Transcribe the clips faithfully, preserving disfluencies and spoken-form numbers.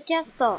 キャスト。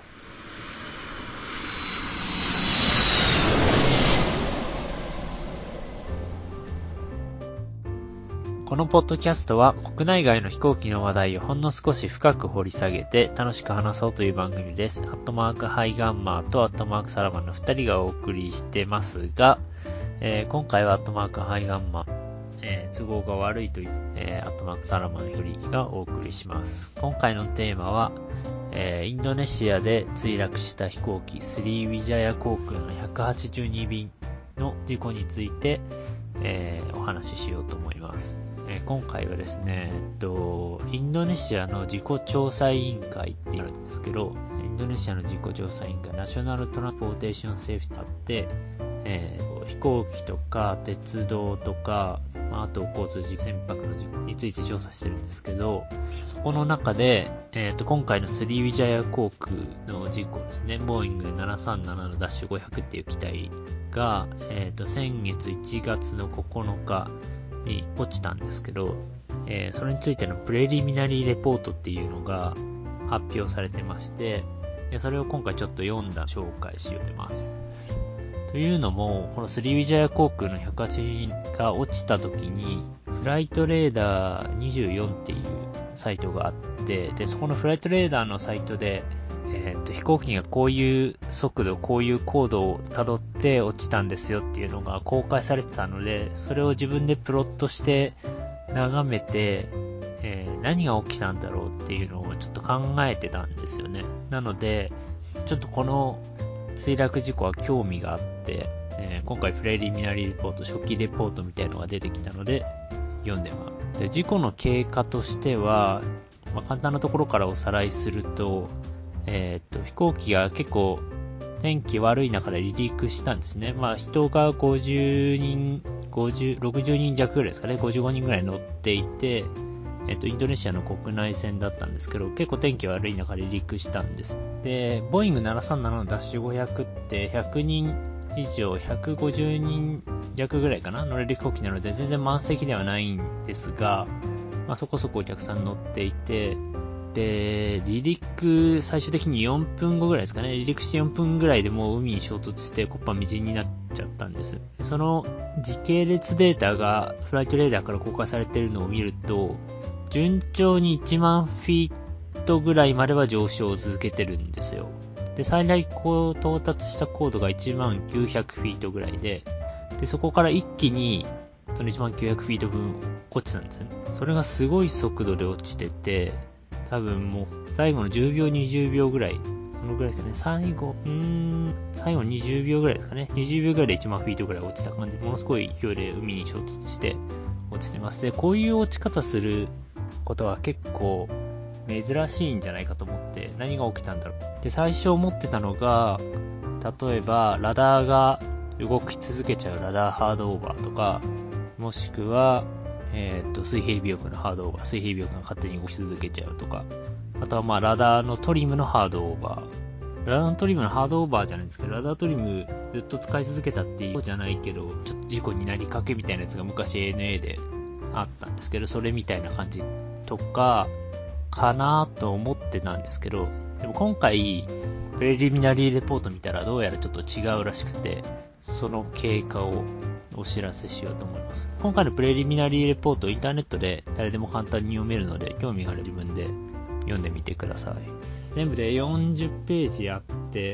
このポッドキャストは国内外の飛行機の話題をほんの少し深く掘り下げて楽しく話そうという番組です。アットマークハイガンマーとアットマークサラマンのふたりがお送りしてますが、えー、今回はアットマークハイガンマー、えー、都合が悪いという、えー、アットマークサラマンひとりがお送りします。今回のテーマは、えー、インドネシアで墜落した飛行機スリーウィジャヤ航空のひゃくはちじゅうにびんの事故について、えー、お話ししようと思います。えー、今回はですね、えっと、インドネシアの事故調査委員会ってあるんですけど、インドネシアの事故調査委員会、ナショナルトランスポーテーションセーフティーって、えー、飛行機とか鉄道とか、あと交通事船舶の事故について調査してるんですけど、そこの中で、えー、と今回のスリーウィジャヤ航空の事故ですね、ボーイングななさんななのダッシュごひゃくっていう機体が、えー、と先月いちがつのここのかに落ちたんですけど、えー、それについてのプレリミナリーレポートっていうのが発表されてまして、でそれを今回ちょっと読んだ紹介しようと思います。というのも、このスリーウィジャヤ航空のひゃくはちじゅうにが落ちた時に、フライトレーダーにじゅうよんっていうサイトがあって、で、そこのフライトレーダーのサイトで、えー、と飛行機がこういう速度、こういう高度をたどって落ちたんですよっていうのが公開されてたので、それを自分でプロットして眺めて、えー、何が起きたんだろうっていうのをちょっと考えてたんですよね。なので、ちょっとこの墜落事故は興味があって、えー、今回プレリミナリーレポート、初期レポートみたいなのが出てきたので読んでます。で、事故の経過としては、まあ、簡単なところからおさらいすると、えー、っと飛行機が結構天気悪い中で離陸したんですね。まあ人がごじゅうにん、ごじゅう、ろくじゅうにん弱ぐらいですかね、ごじゅうごにんぐらい乗っていて、えっと、インドネシアの国内線だったんですけど、結構天気悪い中で離陸したんです。で、ボーイングななさんななのダッシュごひゃくってひゃくにん以上、ひゃくごじゅうにん弱ぐらいかな乗れる飛行機なので全然満席ではないんですが、まあ、そこそこお客さん乗っていて、で、離陸最終的によんぷんごぐらいですかね、離陸してよんぷんぐらいでもう海に衝突してコッパみじんになっちゃったんです。その時系列データがフライトレーダーから公開されているのを見ると、順調にいちまんフィートぐらいまでは上昇を続けてるんですよ。で、最大こう到達した高度がいちまんきゅうひゃくフィートぐらいで、で、そこから一気にそのいちまんきゅうひゃくフィート分落ちたんですよね。それがすごい速度で落ちてて、多分もう最後のじゅうびょうにじゅうびょうぐらい、そのぐらいですかね、最後、うーん、最後にじゅうびょうぐらいですかね、にじゅうびょうぐらいでいちまんフィートぐらい落ちた感じ、ものすごい勢いで海に衝突して落ちてます。で、こういう落ち方することは結構珍しいんじゃないかと思って、何が起きたんだろうで最初思ってたのが、例えばラダーが動き続けちゃうラダーハードオーバーとか、もしくはえっと水平尾翼のハードオーバー、水平尾翼が勝手に動き続けちゃうとか、あとはまあラダーのトリムのハードオーバー、ラダーのトリムのハードオーバーじゃないんですけど、ラダートリムずっと使い続けたっていうじゃないけど、ちょっと事故になりかけみたいなやつが昔 エーエヌエー であったんですけど、それみたいな感じとかかなと思ってたんですけど、でも今回プレリミナリーレポート見たらどうやらちょっと違うらしくて、その経過をお知らせしようと思います。今回のプレリミナリーレポートインターネットで誰でも簡単に読めるので、興味がある自分で読んでみてください。全部でよんじゅっページあって、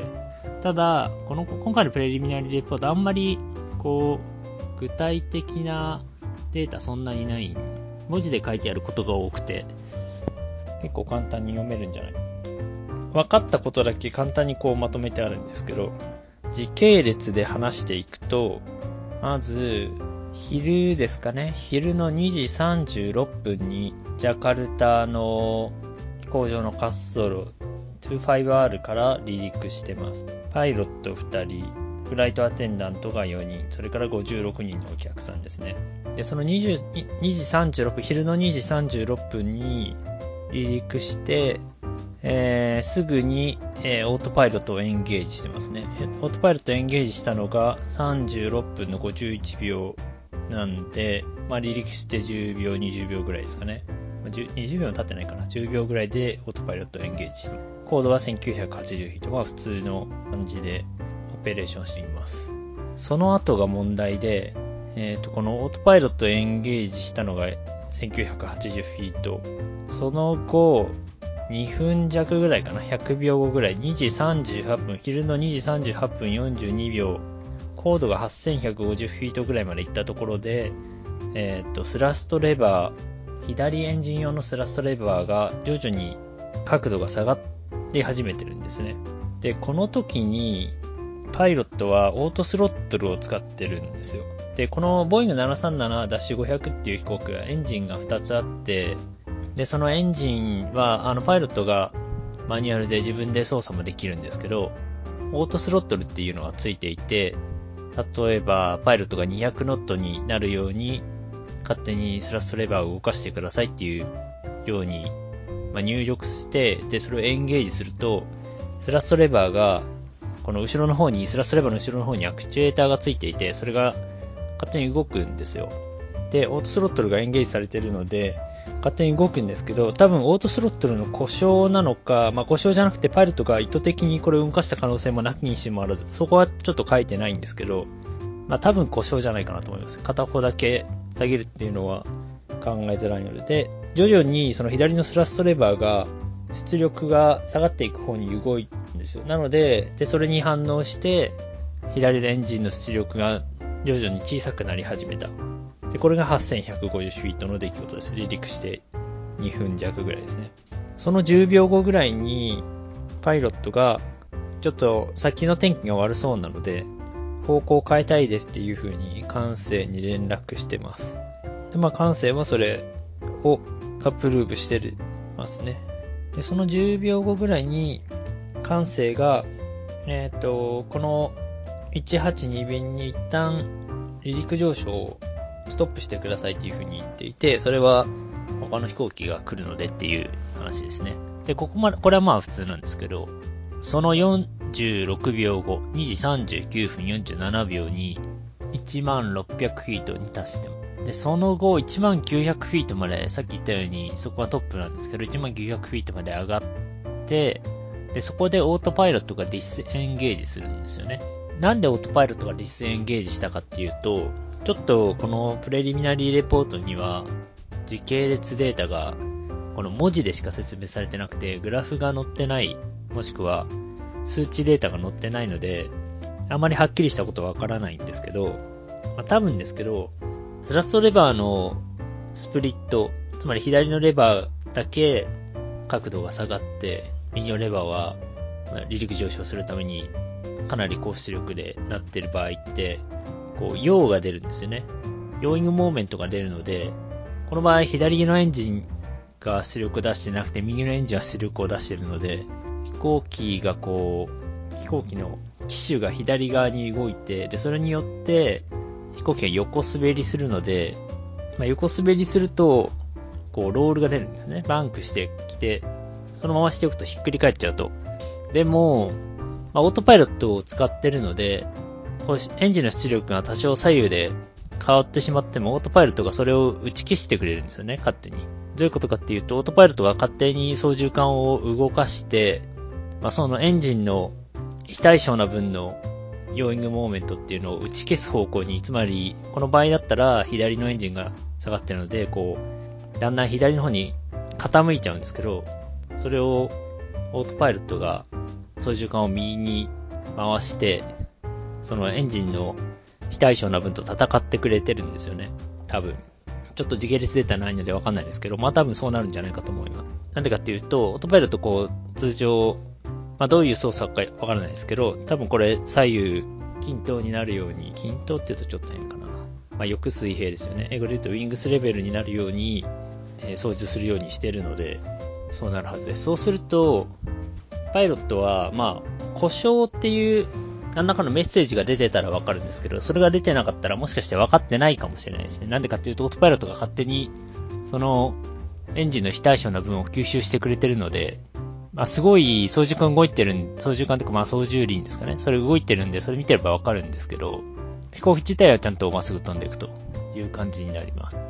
ただこの今回のプレリミナリーレポートあんまりこう具体的なデータそんなにない、文字で書いてあることが多くて結構簡単に読めるんじゃない。分かったことだけ簡単にこうまとめてあるんですけど、時系列で話していくと、まず昼ですかね、昼のにじさんじゅうろっぷんにジャカルタの飛行場の滑走路 にじゅうごアール から離陸してます。パイロットふたり、フライトアテンダントがよにん、それからごじゅうろくにんのお客さんですね。で、そのにじさんじゅうろっぷん、昼のにじさんじゅうろっぷんに離陸して、えー、すぐに、えー、オートパイロットをエンゲージしてますね。オートパイロットをエンゲージしたのがさんじゅうろっぷんのごじゅういちびょうなんで、まあ、離陸してじゅうびょう、にじゅうびょうぐらいですかね。 にじゅうびょうも経ってないかな。じゅうびょうぐらいでオートパイロットをエンゲージして、高度はせんきゅうひゃくはちじゅうフィート。まあ普通の感じでオペレーションしています。その後が問題で、えっと、このオートパイロットをエンゲージしたのがせんきゅうひゃくはちじゅうフィート。その後、にふんじゃくぐらいかな。ひゃくびょうごぐらい。にじさんじゅうはっぷん。昼のにじさんじゅうはっぷんよんじゅうにびょう。高度がはっせんひゃくごじゅうフィートぐらいまで行ったところで、えっと、スラストレバー、左エンジン用のスラストレバーが徐々に角度が下がり始めてるんですね。で、この時に、パイロットはオートスロットルを使ってるんですよ。で、このボーイング ななさんななごひゃく っていう飛行機はエンジンがふたつあって、で、そのエンジンは、あの、パイロットがマニュアルで自分で操作もできるんですけど、オートスロットルっていうのがついていて、例えば、パイロットがにひゃくノットになるように、勝手にスラストレバーを動かしてくださいっていうように、まあ、入力して、で、それをエンゲージすると、スラストレバーが、この後ろの方に、スラストレバーの後ろの方にアクチュエーターがついていて、それが勝手に動くんですよ。で、オートスロットルがエンゲージされているので、勝手に動くんですけど、多分オートスロットルの故障なのか、まあ故障じゃなくてパイロットが意図的にこれを動かした可能性もなきにしもあらず、そこはちょっと書いてないんですけど、まあ多分故障じゃないかなと思います。片方だけ下げるっていうのは考えづらいので、で、徐々にその左のスラストレバーが出力が下がっていく方に動いてるんですよ。なので、で、それに反応して、左のエンジンの出力が徐々に小さくなり始めた。で、これがはっせんひゃくごじゅうフィートの出来事です。離陸してにふんじゃくぐらいですね。そのじゅうびょうごぐらいに、パイロットが、ちょっと先の天気が悪そうなので、方向を変えたいですっていう風に管制に連絡してます。で、まあ管制もそれをアプローブしてますね。で、そのじゅうびょうごぐらいに、管制が、えっと、このいちはちに便に一旦離陸上昇をストップしてくださいっていう風に言っていて、それは他の飛行機が来るのでっていう話ですね。で、ここまで、これはまあ普通なんですけど、そのよんじゅうろくびょうご、にじさんじゅうきゅうふんよんじゅうななびょうにいちまんろっぴゃくフィートに達してます。で、その後いちまんきゅうひゃくフィートまで、さっき言ったようにそこはトップなんですけど、いちまんきゅうひゃくフィートまで上がって、で、そこでオートパイロットがディスエンゲージするんですよね。なんでオートパイロットがディスエンゲージしたかっていうと、ちょっとこのプレリミナリーレポートには時系列データがこの文字でしか説明されてなくて、グラフが載ってない、もしくは数値データが載ってないので、あまりはっきりしたことはわからないんですけど、まあ、多分ですけど、スラストレバーのスプリット、つまり左のレバーだけ角度が下がって、右のレバーは離陸上昇するためにかなり高出力でなってる場合って、こう、陽が出るんですよね。ヨーイングモーメントが出るので、この場合左のエンジンが出力を出してなくて、右のエンジンは出力を出しているので、飛行機がこう、飛行機の機種が左側に動いて、で、それによって飛行機が横滑りするので、まあ、横滑りすると、こう、ロールが出るんですね。バンクしてきて、そのまましておくとひっくり返っちゃうと。でも、まあ、オートパイロットを使ってるので、こうエンジンの出力が多少左右で変わってしまっても、オートパイロットがそれを打ち消してくれるんですよね、勝手に。どういうことかっていうと、オートパイロットが勝手に操縦桿を動かして、まあ、そのエンジンの非対称な分のヨーイングモーメントっていうのを打ち消す方向に、つまり、この場合だったら左のエンジンが下がってるので、こう、だんだん左の方に傾いちゃうんですけど、それをオートパイロットが操縦桿を右に回して、そのエンジンの非対称な分と戦ってくれてるんですよね。多分。ちょっと時系列データないのでわかんないですけど、まあ多分そうなるんじゃないかと思います。なんでかっていうと、オートパイロットこう、通常、まあどういう操作かわからないですけど、多分これ左右均等になるように、均等って言うとちょっと変かな。まあ翼水平ですよね。英語で言うとウィングスレベルになるように、えー、操縦するようにしてるので、そうなるはずです。そうすると、パイロットは、まあ、故障っていう何らかのメッセージが出てたらわかるんですけど、それが出てなかったらもしかして分かってないかもしれないですね。なんでかっていうと、オートパイロットが勝手に、その、エンジンの非対称な分を吸収してくれてるので、まあ、すごい操縦桿動いてるん、操縦桿とかまあ操縦輪ですかね。それ動いてるんで、それ見てればわかるんですけど、飛行機自体はちゃんとまっすぐ飛んでいくという感じになります。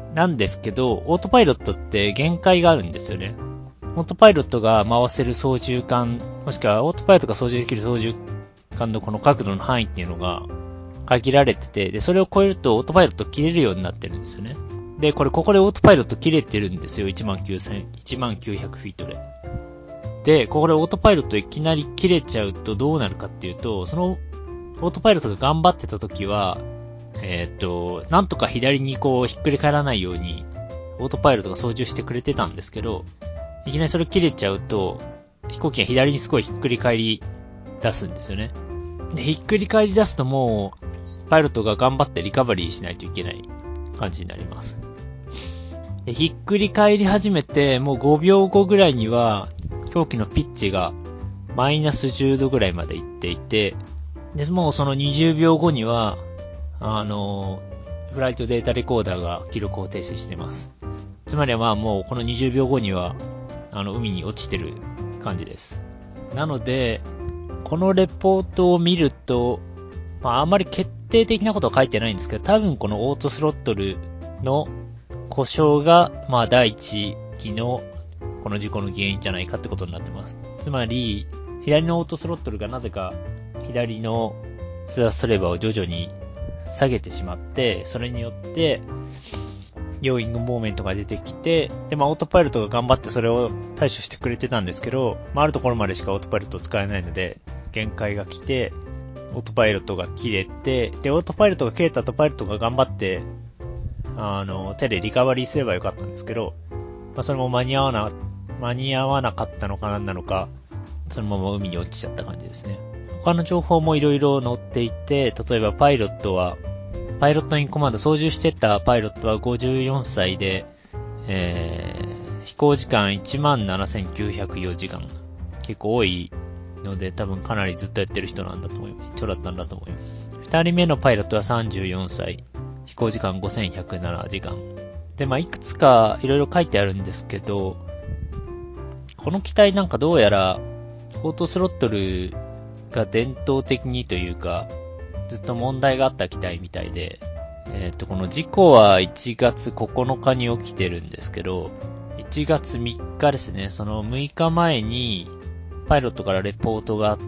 なんですけど、オートパイロットって限界があるんですよね。オートパイロットが回せる操縦桿、もしくはオートパイロットが操縦できる操縦桿のこの角度の範囲っていうのが限られてて、で、それを超えるとオートパイロット切れるようになってるんですよね。で、これここでオートパイロット切れてるんですよ。いちまんきゅうせん、いちまんきゅうひゃくフィートで。で、ここでオートパイロットいきなり切れちゃうとどうなるかっていうと、そのオートパイロットが頑張ってた時は、えっと、なんとか左にこうひっくり返らないように、オートパイロットが操縦してくれてたんですけど、いきなりそれ切れちゃうと、飛行機が左にすごいひっくり返り出すんですよね。で、ひっくり返り出すともう、パイロットが頑張ってリカバリーしないといけない感じになります。で、ひっくり返り始めて、もうごびょうごぐらいには、飛行機のピッチがマイナスじゅうどぐらいまで行っていて、で、もうそのにじゅうびょうごには、あの、フライトデータレコーダーが記録を停止しています。つまりはまあもうこのにじゅうびょうごには、あの、海に落ちてる感じです。なので、このレポートを見ると、まああんまり決定的なことは書いてないんですけど、多分このオートスロットルの故障が、まあ第一期のこの事故の原因じゃないかってことになってます。つまり、左のオートスロットルがなぜか左のツアーストレバーを徐々に下げてしまって、それによって、ヨーイングモーメントが出てきて、で、まあ、オートパイロットが頑張ってそれを対処してくれてたんですけど、まあ、あるところまでしかオートパイロットを使えないので、限界が来て、オートパイロットが切れて、で、オートパイロットが切れた後、パイロットが頑張って、あの、手でリカバリーすればよかったんですけど、まあ、それも間に合わな、間に合わなかったのかなんなのか、そのまま海に落ちちゃった感じですね。他の情報もいろいろ載っていて、例えばパイロットは、パイロットインコマンド操縦してたパイロットはごじゅうよんさいで、えー、飛行時間 いちまんななせんきゅうひゃくよじかん。結構多いので、多分かなりずっとやってる人なんだと思います。人だったんだと思います。二人目のパイロットはさんじゅうよんさい。飛行時間ごせんひゃくななじかん。で、まあ、いくつかいろいろ書いてあるんですけど、この機体なんかどうやら、オートスロットルが伝統的にというか、ずっと問題があった機体みたいで、えっと、この事故はいちがつここのかに起きてるんですけど、いちがつみっかですね、そのむいかまえに、パイロットからレポートがあって、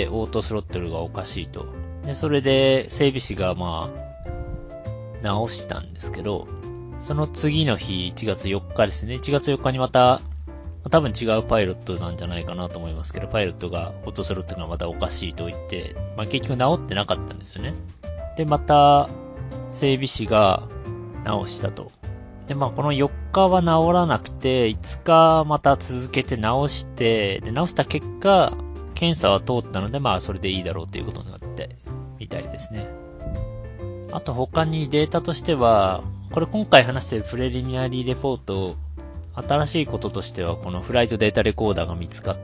オートスロットルがおかしいと。で、それで整備士がまあ、直したんですけど、その次の日、いちがつよっかですね、いちがつよっかにまた、多分違うパイロットなんじゃないかなと思いますけど、パイロットがオートスロットルがまたおかしいと言って、まあ結局直ってなかったんですよね。で、また、整備士が直したと。で、まあこのよっかは直らなくて、いつかまた続けて直して、で、直した結果、検査は通ったので、まあそれでいいだろうということになって、みたいですね。あと他にデータとしては、これ今回話しているプレリミナリーレポート、新しいこととしては、このフライトデータレコーダーが見つかって、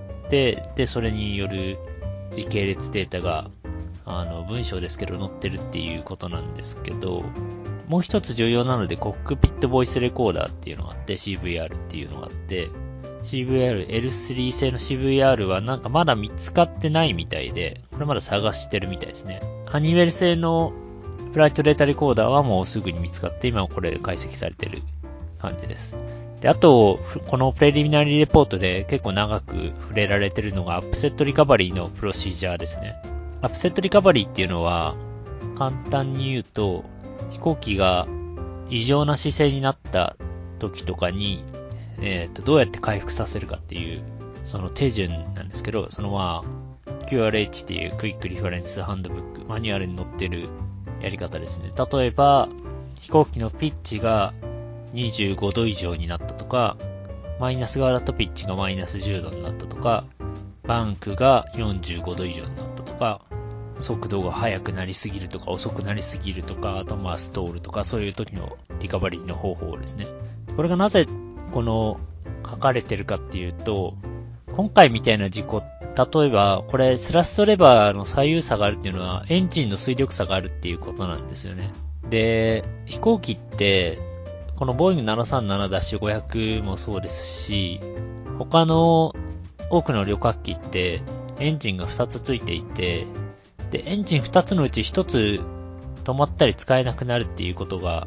で、それによる時系列データが、あの、文章ですけど載ってるっていうことなんですけど、もう一つ重要なので、コックピットボイスレコーダーっていうのがあって、シーブイアール っていうのがあって、シーブイアール、エルスリー 製の シーブイアール はなんかまだ見つかってないみたいで、これまだ探してるみたいですね。ハニウェル製のフライトデータレコーダーはもうすぐに見つかって、今はこれ解析されてる感じです。で、あと、このプレリミナリーレポートで結構長く触れられてるのがアップセットリカバリーのプロシージャーですね。アップセットリカバリーっていうのは、簡単に言うと、飛行機が異常な姿勢になった時とかに、えっと、どうやって回復させるかっていう、その手順なんですけど、そのまあ、キューアールエイチ っていうクイックリファレンスハンドブック、マニュアルに載ってるやり方ですね。例えば、飛行機のピッチがにじゅうごど以上になったとか、マイナス側だとピッチがマイナスじゅうどになったとか、バンクがよんじゅうごど以上になったとか、速度が速くなりすぎるとか遅くなりすぎるとか、あとまあストールとかそういう時のリカバリーの方法ですね。これがなぜこの書かれてるかっていうと、今回みたいな事故、例えばこれスラストレバーの左右差があるっていうのはエンジンの推力差があるっていうことなんですよね。で、飛行機ってこのボーイング ななさんななごひゃく もそうですし、他の多くの旅客機ってエンジンがふたつついていて、で、エンジンふたつのうちひとつ止まったり使えなくなるっていうことが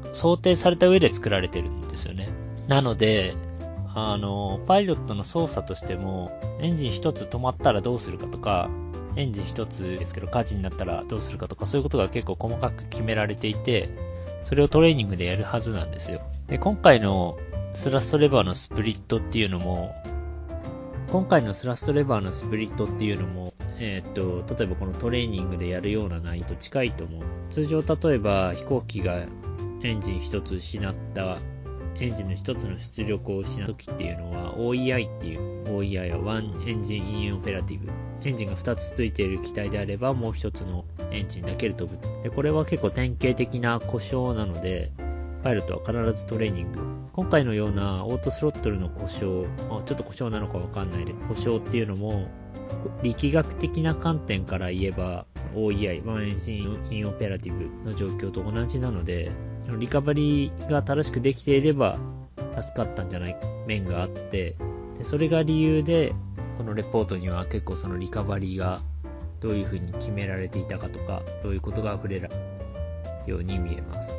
想定された上で作られてるんですよね。なので、あの、パイロットの操作としても、エンジン一つ止まったらどうするかとか、エンジン一つですけど火事になったらどうするかとか、そういうことが結構細かく決められていて、それをトレーニングでやるはずなんですよ。で、今回のスラストレバーのスプリットっていうのも、今回のスラストレバーのスプリットっていうのも、えー、っと、例えばこのトレーニングでやるような難易度近いと思う。通常例えば飛行機がエンジン一つ失った、エンジンの一つの出力を失う時っていうのは オーイーアイ っていう、オーイーアイ は One Engine in Operative。エンジンがふたつついている機体であればもう一つのエンジンだけで飛ぶ。で、これは結構典型的な故障なので、パイロットは必ずトレーニング。今回のようなオートスロットルの故障、まあ、ちょっと故障なのかわかんないで、故障っていうのも、力学的な観点から言えば、オーイーアイ、One Engine in Operative の状況と同じなので、リカバリーが正しくできていれば、助かったんじゃない面があって、でそれが理由で、このレポートには結構そのリカバリーがどういうふうに決められていたかとか、どういうことが触れるように見えます。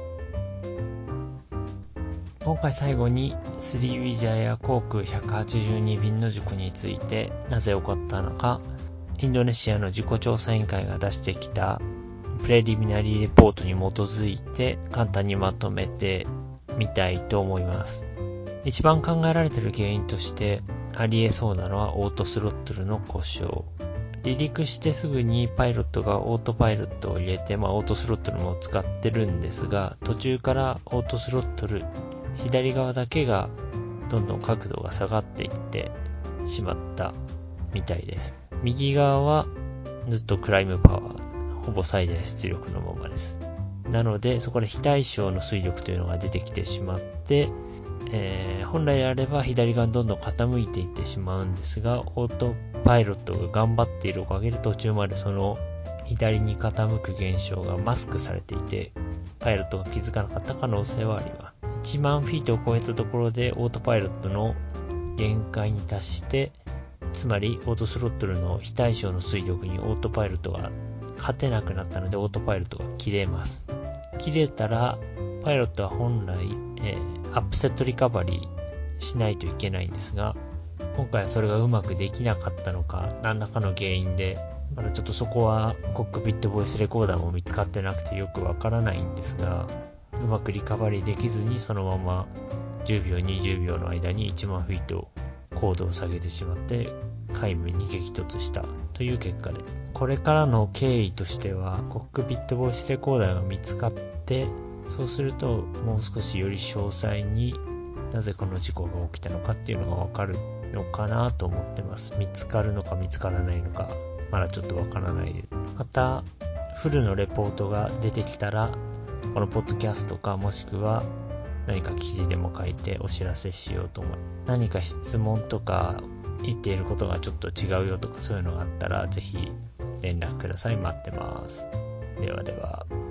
今回最後にスリーウィジャエア航空ひゃくはちじゅうに便の事故についてなぜ起こったのか、インドネシアの事故調査委員会が出してきたプレリミナリーレポートに基づいて簡単にまとめてみたいと思います。一番考えられている原因としてありえそうなのはオートスロットルの故障。離陸してすぐにパイロットがオートパイロットを入れて、まあ、オートスロットルも使ってるんですが、途中からオートスロットル左側だけがどんどん角度が下がっていってしまったみたいです。右側はずっとクライムパワー、ほぼ最大出力のままです。なのでそこで非対称の推力というのが出てきてしまって、えー、本来であれば左側にどんどん傾いていってしまうんですが、オートパイロットが頑張っているおかげで途中までその左に傾く現象がマスクされていて、パイロットが気づかなかった可能性はあります。いちまんフィートを超えたところでオートパイロットの限界に達して、つまりオートスロットルの非対称の推力にオートパイロットが勝てなくなったのでオートパイロットが切れます。切れたらパイロットは本来、えーアップセットリカバリーしないといけないんですが、今回はそれがうまくできなかったのか、何らかの原因で、まだちょっとそこはコックピットボイスレコーダーも見つかってなくてよくわからないんですが、うまくリカバリーできずにそのままじゅうびょうにじゅうびょうの間にいちまんフィート高度を下げてしまって海面に激突したという結果で、これからの経緯としてはコックピットボイスレコーダーが見つかって、そうするともう少しより詳細になぜこの事故が起きたのかっていうのがわかるのかなと思ってます。見つかるのか見つからないのかまだちょっとわからないです。またフルのレポートが出てきたらこのポッドキャストかもしくは何か記事でも書いてお知らせしようと思う。何か質問とか言っていることがちょっと違うよとかそういうのがあったらぜひ連絡ください。待ってます。ではでは。